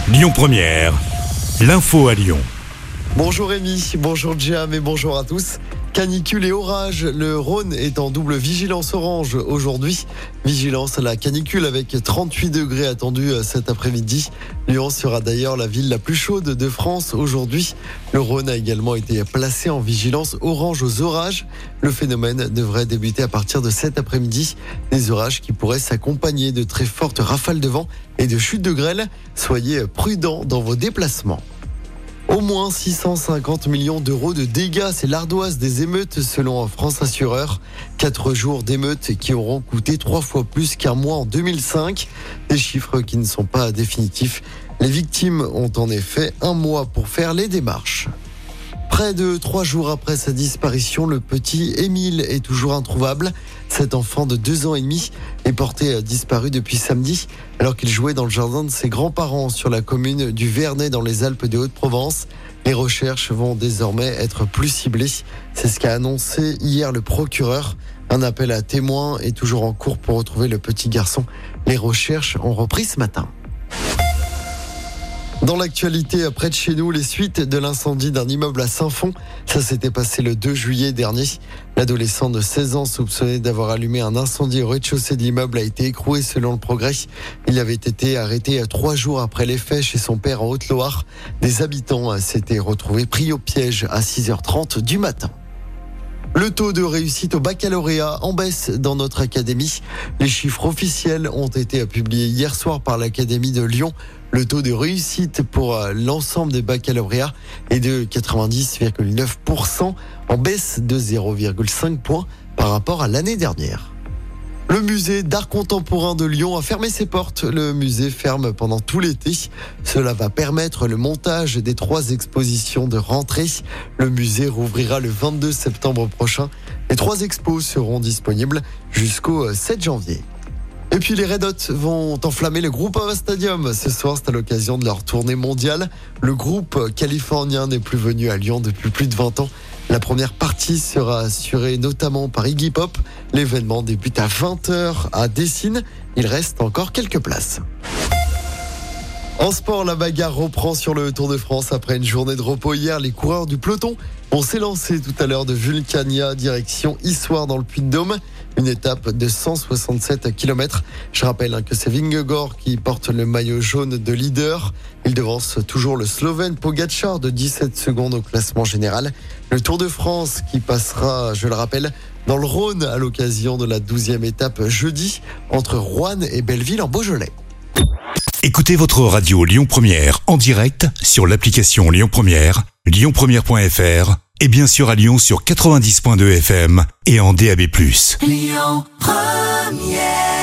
Lyon Première, l'info à Lyon. Bonjour Rémi, bonjour Jam et bonjour à tous. Canicule et orage, le Rhône est en double vigilance orange aujourd'hui. Vigilance à la canicule avec 38 degrés attendus cet après-midi. Lyon sera d'ailleurs la ville la plus chaude de France aujourd'hui. Le Rhône a également été placé en vigilance orange aux orages. Le phénomène devrait débuter à partir de cet après-midi. Des orages qui pourraient s'accompagner de très fortes rafales de vent et de chutes de grêle. Soyez prudents dans vos déplacements. Au moins 650 millions d'euros de dégâts, c'est l'ardoise des émeutes selon France Assureur. 4 jours d'émeutes qui auront coûté 3 fois plus qu'un mois en 2005. Des chiffres qui ne sont pas définitifs. Les victimes ont en effet un mois pour faire les démarches. Près de 3 jours après sa disparition, le petit Émile est toujours introuvable. Cet enfant de 2 ans et demi est porté disparu depuis samedi alors qu'il jouait dans le jardin de ses grands-parents sur la commune du Vernet dans les Alpes de Haute-Provence. Les recherches vont désormais être plus ciblées. C'est ce qu'a annoncé hier le procureur. Un appel à témoins est toujours en cours pour retrouver le petit garçon. Les recherches ont repris ce matin. Dans l'actualité, près de chez nous, les suites de l'incendie d'un immeuble à Saint-Fond. Ça s'était passé le 2 juillet dernier. L'adolescent de 16 ans soupçonné d'avoir allumé un incendie au rez-de-chaussée de l'immeuble a été écroué selon le Progrès. Il avait été arrêté 3 jours après les faits chez son père en Haute-Loire. Des habitants s'étaient retrouvés pris au piège à 6h30 du matin. Le taux de réussite au baccalauréat en baisse dans notre académie. Les chiffres officiels ont été publiés hier soir par l'Académie de Lyon. Le taux de réussite pour l'ensemble des baccalauréats est de 90,9%, en baisse de 0,5 points par rapport à l'année dernière. Le musée d'art contemporain de Lyon a fermé ses portes. Le musée ferme pendant tout l'été. Cela va permettre le montage des 3 expositions de rentrée. Le musée rouvrira le 22 septembre prochain. Les 3 expos seront disponibles jusqu'au 7 janvier. Et puis les Red Hot vont enflammer le Groupama Stadium. Ce soir, c'est à l'occasion de leur tournée mondiale. Le groupe californien n'est plus venu à Lyon depuis plus de 20 ans. La première partie sera assurée notamment par Iggy Pop. L'événement débute à 20h à Dessines. Il reste encore quelques places. En sport, la bagarre reprend sur le Tour de France. Après une journée de repos hier, les coureurs du peloton vont s'élancer tout à l'heure de Vulcania, direction Issoire dans le Puy-de-Dôme. Une étape de 167 km. Je rappelle que c'est Vingegaard qui porte le maillot jaune de leader. Il devance toujours le Slovène Pogačar de 17 secondes au classement général. Le Tour de France qui passera, je le rappelle, dans le Rhône à l'occasion de la 12e étape jeudi entre Roanne et Belleville en Beaujolais. Écoutez votre radio Lyon Première en direct sur l'application Lyon Première, lyonpremière.fr et bien sûr à Lyon sur 90.2 FM et en DAB+. Lyon Première.